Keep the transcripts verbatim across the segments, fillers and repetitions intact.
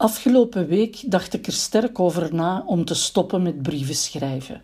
Afgelopen week dacht ik er sterk over na om te stoppen met brieven schrijven.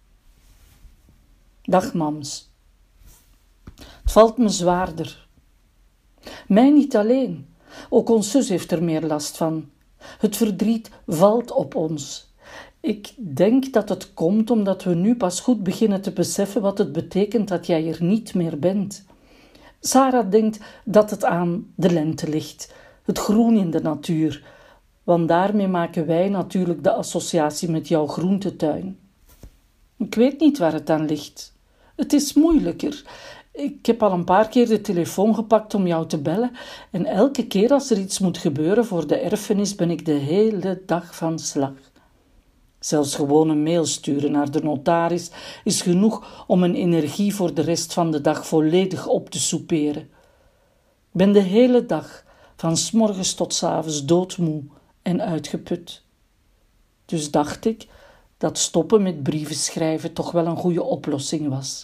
Dag mams. Het valt me zwaarder. Mij niet alleen. Ook ons zus heeft er meer last van. Het verdriet valt op ons. Ik denk dat het komt omdat we nu pas goed beginnen te beseffen wat het betekent dat jij er niet meer bent. Sarah denkt dat het aan de lente ligt, het groen in de natuur, want daarmee maken wij natuurlijk de associatie met jouw groentetuin. Ik weet niet waar het aan ligt. Het is moeilijker. Ik heb al een paar keer de telefoon gepakt om jou te bellen en elke keer als er iets moet gebeuren voor de erfenis ben ik de hele dag van slag. Zelfs gewoon een mail sturen naar de notaris is genoeg om mijn energie voor de rest van de dag volledig op te soeperen. Ik ben de hele dag, van 's morgens tot 's avonds, doodmoe en uitgeput. Dus dacht ik dat stoppen met brieven schrijven toch wel een goede oplossing was.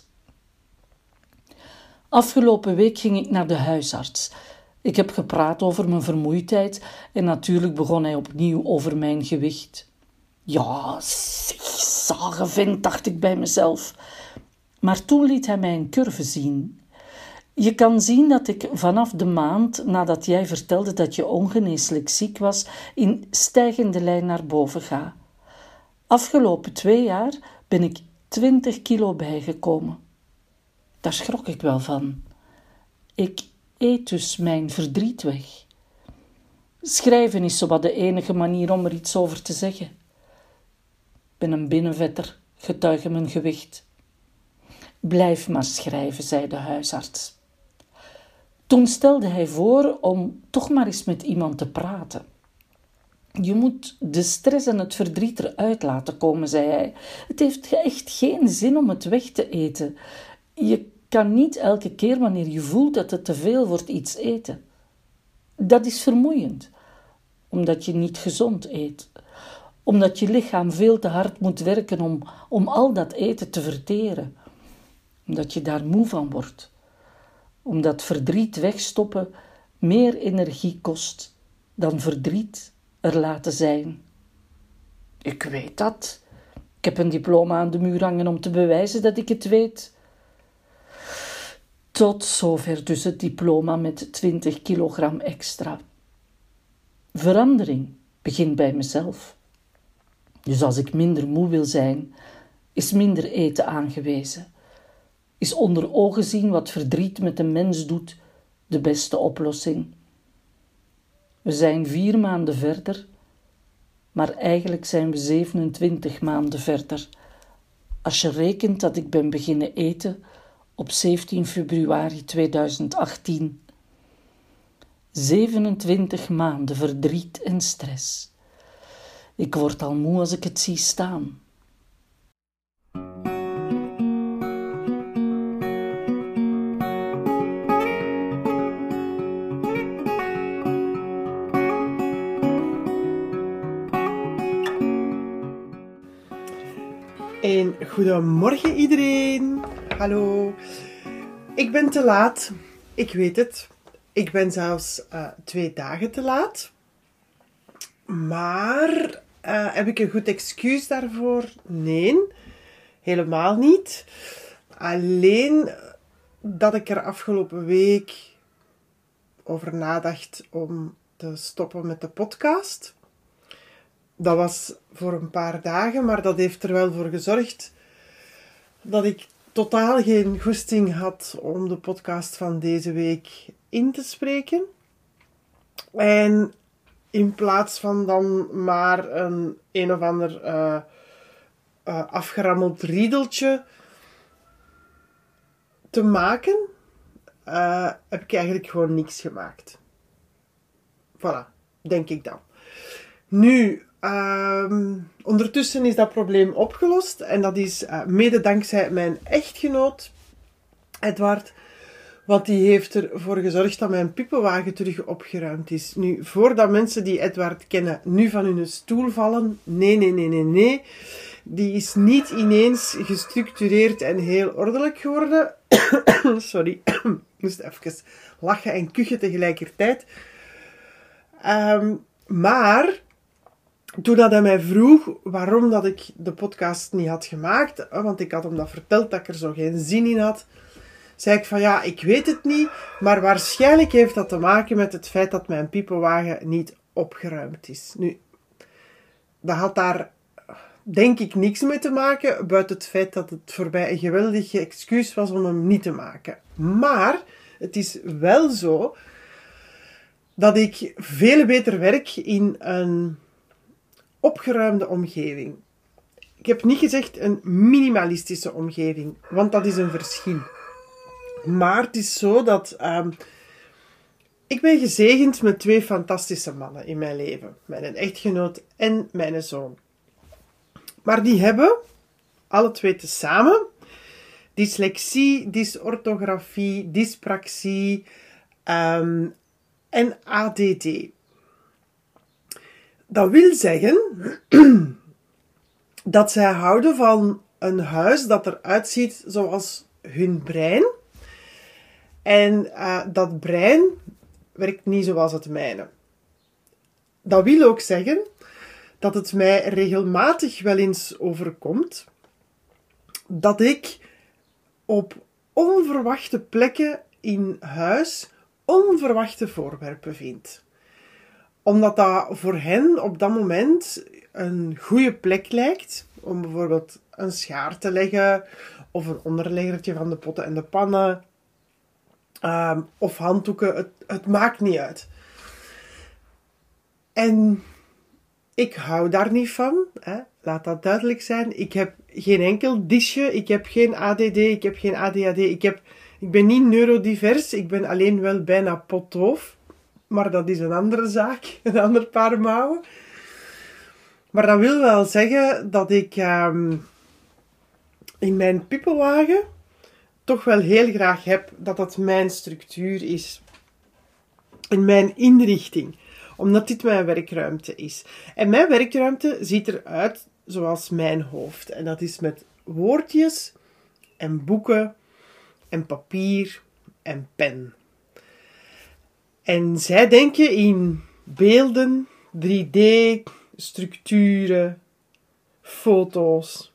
Afgelopen week ging ik naar de huisarts. Ik heb gepraat over mijn vermoeidheid en natuurlijk begon hij opnieuw over mijn gewicht. Ja, zeg, zage vent, dacht ik bij mezelf. Maar toen liet hij mij een curve zien. Je kan zien dat ik vanaf de maand nadat jij vertelde dat je ongeneeslijk ziek was, in stijgende lijn naar boven ga. Afgelopen twee jaar ben ik twintig kilo bijgekomen. Daar schrok ik wel van. Ik eet dus mijn verdriet weg. Schrijven is zowat de enige manier om er iets over te zeggen. Ik ben een binnenvetter, getuige mijn gewicht. Blijf maar schrijven, zei de huisarts. Toen stelde hij voor om toch maar eens met iemand te praten. Je moet de stress en het verdriet eruit laten komen, zei hij. Het heeft echt geen zin om het weg te eten. Je kan niet elke keer wanneer je voelt dat het te veel wordt iets eten. Dat is vermoeiend, omdat je niet gezond eet. Omdat je lichaam veel te hard moet werken om, om al dat eten te verteren. Omdat je daar moe van wordt. Omdat verdriet wegstoppen meer energie kost dan verdriet er laten zijn. Ik weet dat. Ik heb een diploma aan de muur hangen om te bewijzen dat ik het weet. Tot zover dus het diploma met twintig kilogram extra. Verandering begint bij mezelf. Dus als ik minder moe wil zijn, is minder eten aangewezen. Is onder ogen zien wat verdriet met een mens doet de beste oplossing. We zijn vier maanden verder, maar eigenlijk zijn we zevenentwintig maanden verder. Als je rekent dat ik ben beginnen eten op zeventien februari tweeduizend achttien. zevenentwintig maanden verdriet en stress. Ik word al moe als ik het zie staan. En goedemorgen iedereen. Hallo. Ik ben te laat. Ik weet het. Ik ben zelfs uh, twee dagen te laat. Maar uh, heb ik een goed excuus daarvoor? Nee, helemaal niet. Alleen dat ik er afgelopen week over nadacht om te stoppen met de podcast. Dat was voor een paar dagen, maar dat heeft er wel voor gezorgd dat ik totaal geen goesting had om de podcast van deze week in te spreken. En in plaats van dan maar een een of ander uh, uh, afgerammeld riedeltje te maken, uh, heb ik eigenlijk gewoon niks gemaakt. Voilà, denk ik dan. Nu, uh, ondertussen is dat probleem opgelost en dat is uh, mede dankzij mijn echtgenoot, Edward. Want die heeft ervoor gezorgd dat mijn pippenwagen terug opgeruimd is. Nu, voordat mensen die Edward kennen nu van hun stoel vallen. Nee, nee, nee, nee, nee. Die is niet ineens gestructureerd en heel ordelijk geworden. Sorry, ik moest even lachen en kuchen tegelijkertijd. Um, maar toen dat hij mij vroeg waarom dat ik de podcast niet had gemaakt, want ik had hem dat verteld dat ik er zo geen zin in had, zei ik van ja, ik weet het niet, maar waarschijnlijk heeft dat te maken met het feit dat mijn pipowagen niet opgeruimd is. Nu, dat had daar denk ik niks mee te maken, buiten het feit dat het voor mij een geweldig excuus was om hem niet te maken. Maar het is wel zo dat ik veel beter werk in een opgeruimde omgeving. Ik heb niet gezegd een minimalistische omgeving, want dat is een verschil. Maar het is zo dat um, ik ben gezegend met twee fantastische mannen in mijn leven. Mijn echtgenoot en mijn zoon. Maar die hebben, alle twee tezamen, dyslexie, dysorthografie, dyspraxie um, en A D D. Dat wil zeggen dat zij houden van een huis dat eruit ziet zoals hun brein. En uh, dat brein werkt niet zoals het mijne. Dat wil ook zeggen dat het mij regelmatig wel eens overkomt dat ik op onverwachte plekken in huis onverwachte voorwerpen vind. Omdat dat voor hen op dat moment een goede plek lijkt om bijvoorbeeld een schaar te leggen of een onderleggertje van de potten en de pannen um, of handdoeken. Het, het maakt niet uit. En ik hou daar niet van, hè. Laat dat duidelijk zijn. Ik heb geen enkel disje, ik heb geen A D D, ik heb geen A D H D, ik, heb, ik ben niet neurodivers, ik ben alleen wel bijna potdoof. Maar dat is een andere zaak, een ander paar mouwen. Maar dat wil wel zeggen dat ik um, in mijn pipowagen toch wel heel graag heb dat dat mijn structuur is. In mijn inrichting. Omdat dit mijn werkruimte is. En mijn werkruimte ziet eruit zoals mijn hoofd. En dat is met woordjes en boeken en papier en pen. En zij denken in beelden, drie D, structuren, foto's.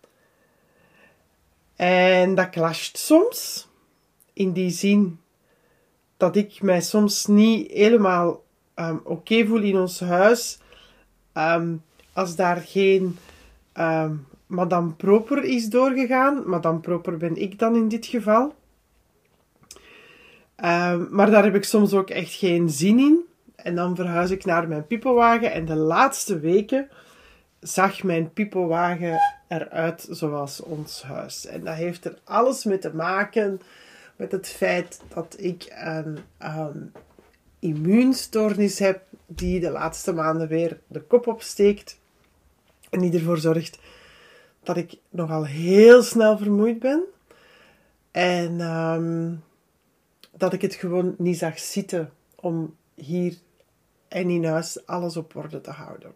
En dat clasht soms. In die zin dat ik mij soms niet helemaal um, oké okay voel in ons huis. Um, als daar geen um, Madame Proper is doorgegaan. Madame Proper ben ik dan in dit geval. Um, maar daar heb ik soms ook echt geen zin in. En dan verhuis ik naar mijn pipowagen. En de laatste weken zag mijn pipowagen eruit zoals ons huis. En dat heeft er alles mee te maken met het feit dat ik een um, immuunstoornis heb die de laatste maanden weer de kop opsteekt. En die ervoor zorgt dat ik nogal heel snel vermoeid ben. En um, dat ik het gewoon niet zag zitten om hier en in huis alles op orde te houden.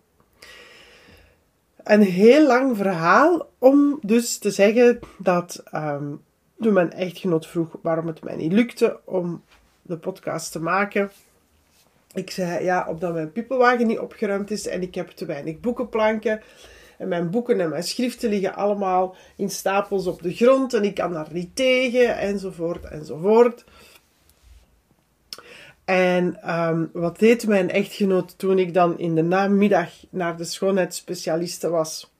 Een heel lang verhaal om dus te zeggen dat um, toen mijn echtgenoot vroeg waarom het mij niet lukte om de podcast te maken. Ik zei ja, omdat mijn pipowagen niet opgeruimd is en ik heb te weinig boekenplanken. En mijn boeken en mijn schriften liggen allemaal in stapels op de grond en ik kan daar niet tegen, enzovoort, enzovoort. En um, wat deed mijn echtgenoot toen ik dan in de namiddag naar de schoonheidsspecialiste was?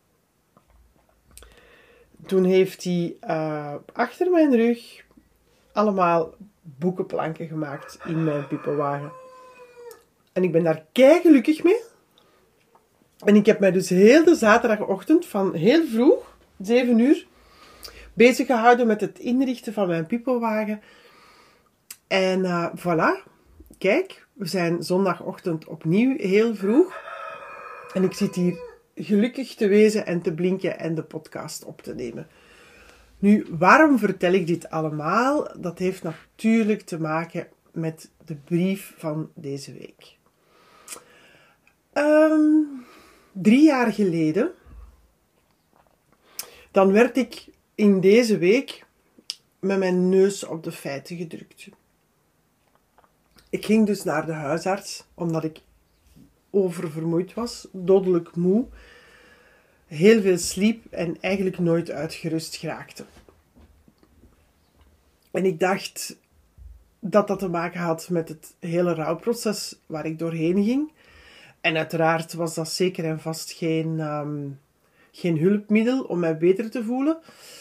Toen heeft hij uh, achter mijn rug allemaal boekenplanken gemaakt in mijn pipowagen. En ik ben daar kei gelukkig mee. En ik heb mij dus heel de zaterdagochtend van heel vroeg, zeven uur, bezig gehouden met het inrichten van mijn pipowagen. En uh, voilà. Kijk, we zijn zondagochtend opnieuw heel vroeg. En ik zit hier gelukkig te wezen en te blinken en de podcast op te nemen. Nu, waarom vertel ik dit allemaal? Dat heeft natuurlijk te maken met de brief van deze week. Um, drie jaar geleden, dan werd ik in deze week met mijn neus op de feiten gedrukt. Ik ging dus naar de huisarts, omdat ik oververmoeid was, dodelijk moe, heel veel sliep en eigenlijk nooit uitgerust geraakte. En ik dacht dat dat te maken had met het hele rouwproces waar ik doorheen ging. En uiteraard was dat zeker en vast geen, um, geen hulpmiddel om mij beter te voelen.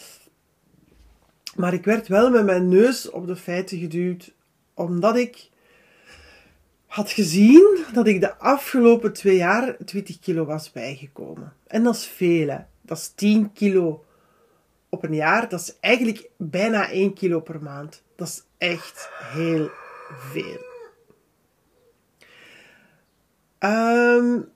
Maar ik werd wel met mijn neus op de feiten geduwd, omdat ik had gezien dat ik de afgelopen twee jaar twintig kilo was bijgekomen. En dat is veel, hè. Dat is tien kilo op een jaar. Dat is eigenlijk bijna één kilo per maand. Dat is echt heel veel. Um,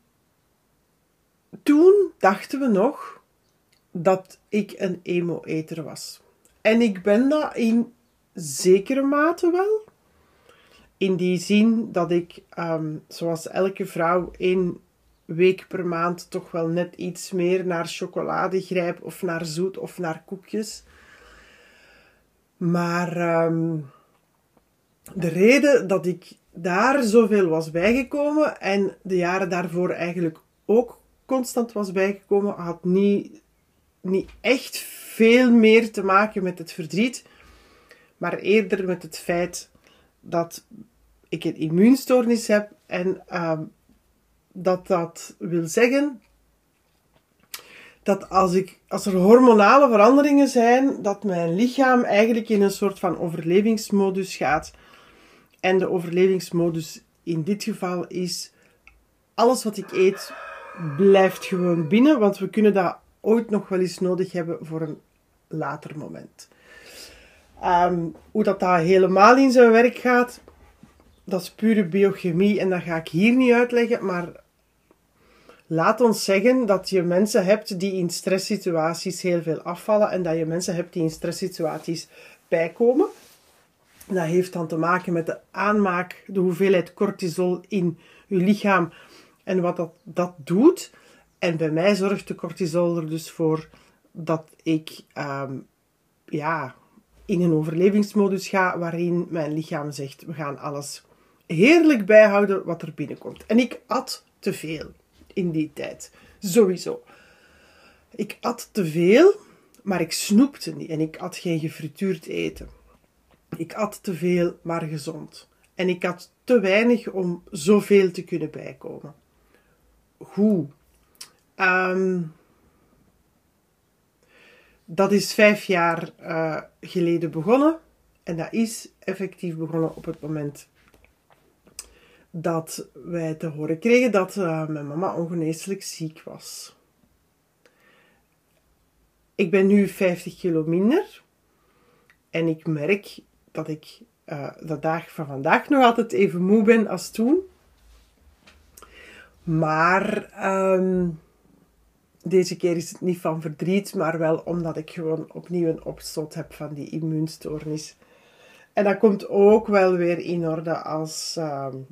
toen dachten we nog dat ik een emo-eter was. En ik ben dat in zekere mate wel. In die zin dat ik, um, zoals elke vrouw, één week per maand toch wel net iets meer naar chocolade grijp, of naar zoet, of naar koekjes. Maar um, de reden dat ik daar zoveel was bijgekomen, en de jaren daarvoor eigenlijk ook constant was bijgekomen, had niet, niet echt veel meer te maken met het verdriet, maar eerder met het feit dat ik een immuunstoornis heb en uh, dat dat wil zeggen dat als, ik, als er hormonale veranderingen zijn, dat mijn lichaam eigenlijk in een soort van overlevingsmodus gaat. En de overlevingsmodus in dit geval is, alles wat ik eet blijft gewoon binnen, want we kunnen dat ooit nog wel eens nodig hebben voor een later moment. Um, hoe dat, dat helemaal in zijn werk gaat, dat is pure biochemie en dat ga ik hier niet uitleggen, maar laat ons zeggen dat je mensen hebt die in stresssituaties heel veel afvallen en dat je mensen hebt die in stresssituaties bijkomen. Dat heeft dan te maken met de aanmaak, de hoeveelheid cortisol in je lichaam en wat dat, dat doet. En bij mij zorgt de cortisol er dus voor dat ik um, ja, in een overlevingsmodus ga waarin mijn lichaam zegt, we gaan alles heerlijk bijhouden wat er binnenkomt. En ik at te veel in die tijd. Sowieso. Ik at te veel, maar ik snoepte niet. En ik at geen gefrituurd eten. Ik at te veel, maar gezond. En ik had te weinig om zoveel te kunnen bijkomen. Hoe? Um, dat is vijf jaar uh, geleden begonnen. En dat is effectief begonnen op het moment dat wij te horen kregen dat uh, mijn mama ongeneeslijk ziek was. Ik ben nu vijftig kilo minder. En ik merk dat ik uh, de dag van vandaag nog altijd even moe ben als toen. Maar um, deze keer is het niet van verdriet, maar wel omdat ik gewoon opnieuw een opstoot heb van die immuunstoornis. En dat komt ook wel weer in orde als um,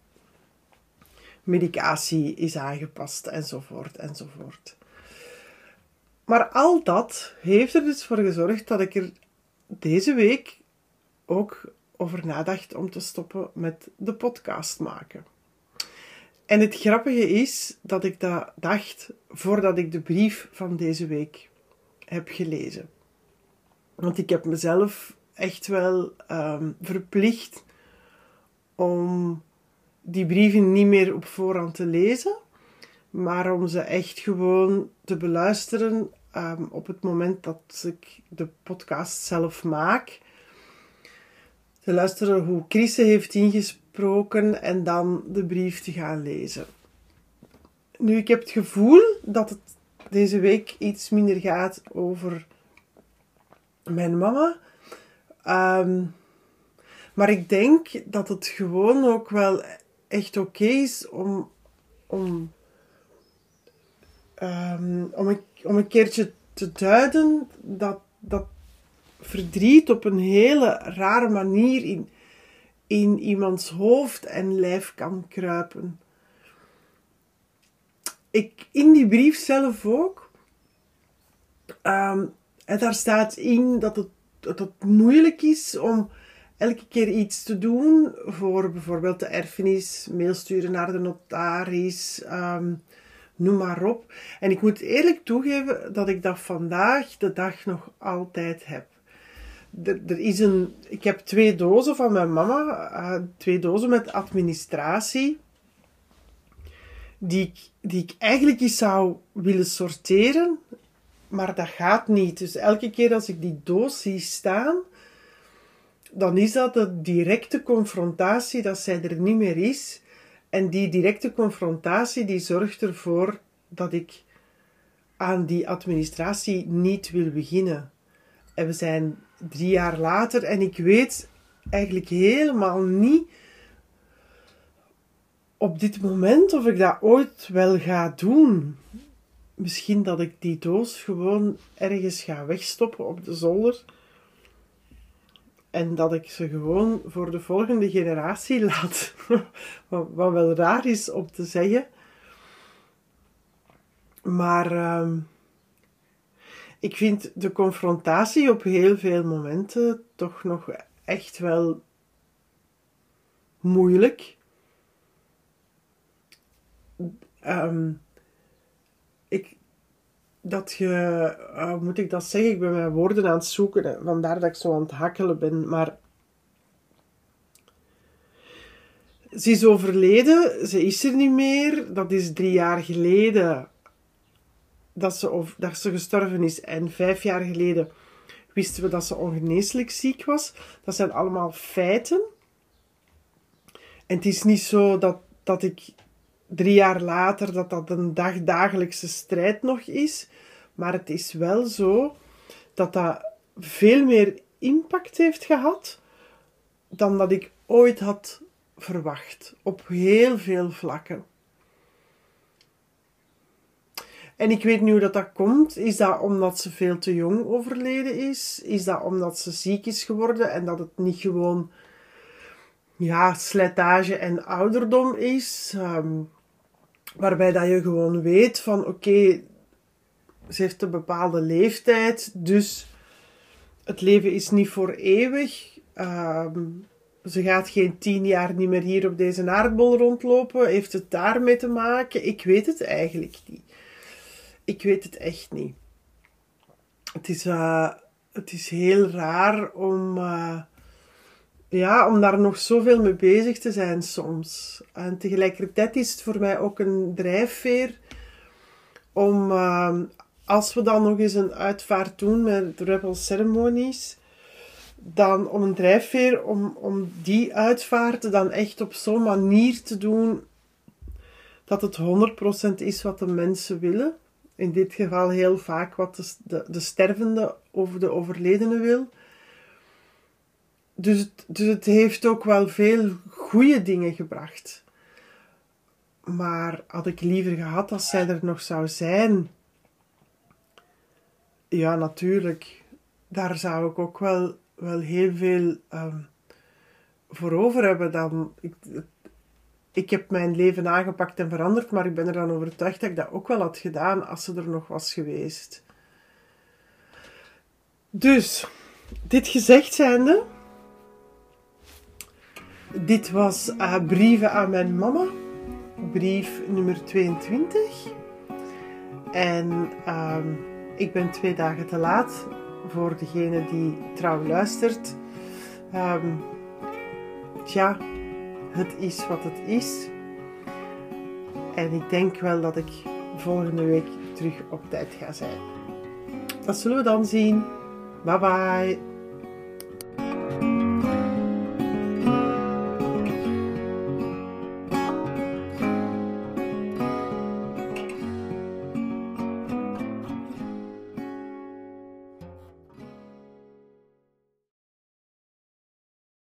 medicatie is aangepast enzovoort enzovoort. Maar al dat heeft er dus voor gezorgd dat ik er deze week ook over nadacht om te stoppen met de podcast maken. En het grappige is dat ik dat dacht voordat ik de brief van deze week heb gelezen. Want ik heb mezelf echt wel um, verplicht om die brieven niet meer op voorhand te lezen, maar om ze echt gewoon te beluisteren um, op het moment dat ik de podcast zelf maak. Te luisteren hoe Chris heeft ingesproken en dan de brief te gaan lezen. Nu, ik heb het gevoel dat het deze week iets minder gaat over mijn mama. Um, maar ik denk dat het gewoon ook wel echt oké is om, om, um, om, een, om een keertje te duiden dat, dat verdriet op een hele rare manier in, in iemands hoofd en lijf kan kruipen. Ik, in die brief zelf ook, um, en daar staat in dat het, dat het moeilijk is om elke keer iets te doen voor bijvoorbeeld de erfenis, mail sturen naar de notaris, um, noem maar op. En ik moet eerlijk toegeven dat ik dat vandaag de dag nog altijd heb. Er, er is een, ik heb twee dozen van mijn mama, uh, twee dozen met administratie, die ik, die ik eigenlijk eens zou willen sorteren, maar dat gaat niet. Dus elke keer als ik die doos zie staan, dan is dat de directe confrontatie dat zij er niet meer is. En die directe confrontatie die zorgt ervoor dat ik aan die administratie niet wil beginnen. En we zijn drie jaar later en ik weet eigenlijk helemaal niet op dit moment of ik dat ooit wel ga doen. Misschien dat ik die doos gewoon ergens ga wegstoppen op de zolder. En dat ik ze gewoon voor de volgende generatie laat. Wat, wat wel raar is om te zeggen. Maar uh, ik vind de confrontatie op heel veel momenten toch nog echt wel moeilijk. Um, ik, dat je, uh, hoe moet ik dat zeggen? Ik ben mijn woorden aan het zoeken, vandaar dat ik zo aan het hakkelen ben. Maar ze is overleden, ze is er niet meer. Dat is drie jaar geleden dat ze, of, dat ze gestorven is. En vijf jaar geleden wisten we dat ze ongeneeslijk ziek was. Dat zijn allemaal feiten. En het is niet zo dat, dat ik drie jaar later, dat dat een dagdagelijkse strijd nog is. Maar het is wel zo dat dat veel meer impact heeft gehad dan dat ik ooit had verwacht. Op heel veel vlakken. En ik weet niet hoe dat, dat komt. Is dat omdat ze veel te jong overleden is? Is dat omdat ze ziek is geworden en dat het niet gewoon ja, slijtage en ouderdom is? Um, waarbij dat je gewoon weet van oké, okay, ze heeft een bepaalde leeftijd, dus het leven is niet voor eeuwig. Um, ze gaat geen tien jaar niet meer hier op deze aardbol rondlopen. Heeft het daarmee te maken? Ik weet het eigenlijk niet. Ik weet het echt niet. Het is, uh, het is heel raar om, uh, ja, om daar nog zoveel mee bezig te zijn soms. En tegelijkertijd is het voor mij ook een drijfveer om, uh, als we dan nog eens een uitvaart doen met Rebel Ceremonies, dan om een drijfveer om, om die uitvaart dan echt op zo'n manier te doen dat het honderd procent is wat de mensen willen. In dit geval heel vaak wat de, de, de stervende of de overledene wil. Dus het, dus het heeft ook wel veel goede dingen gebracht. Maar had ik liever gehad als zij er nog zou zijn. Ja, natuurlijk. Daar zou ik ook wel, wel heel veel um, voor over hebben. Dan, ik, ik heb mijn leven aangepakt en veranderd, maar ik ben er dan overtuigd dat ik dat ook wel had gedaan als ze er nog was geweest. Dus, dit gezegd zijnde, dit was uh, brieven aan mijn mama, brief nummer tweeëntwintig. En uh, ik ben twee dagen te laat voor degene die trouw luistert. Um, tja, het is wat het is. En ik denk wel dat ik volgende week terug op tijd ga zijn. Dat zullen we dan zien. Bye bye.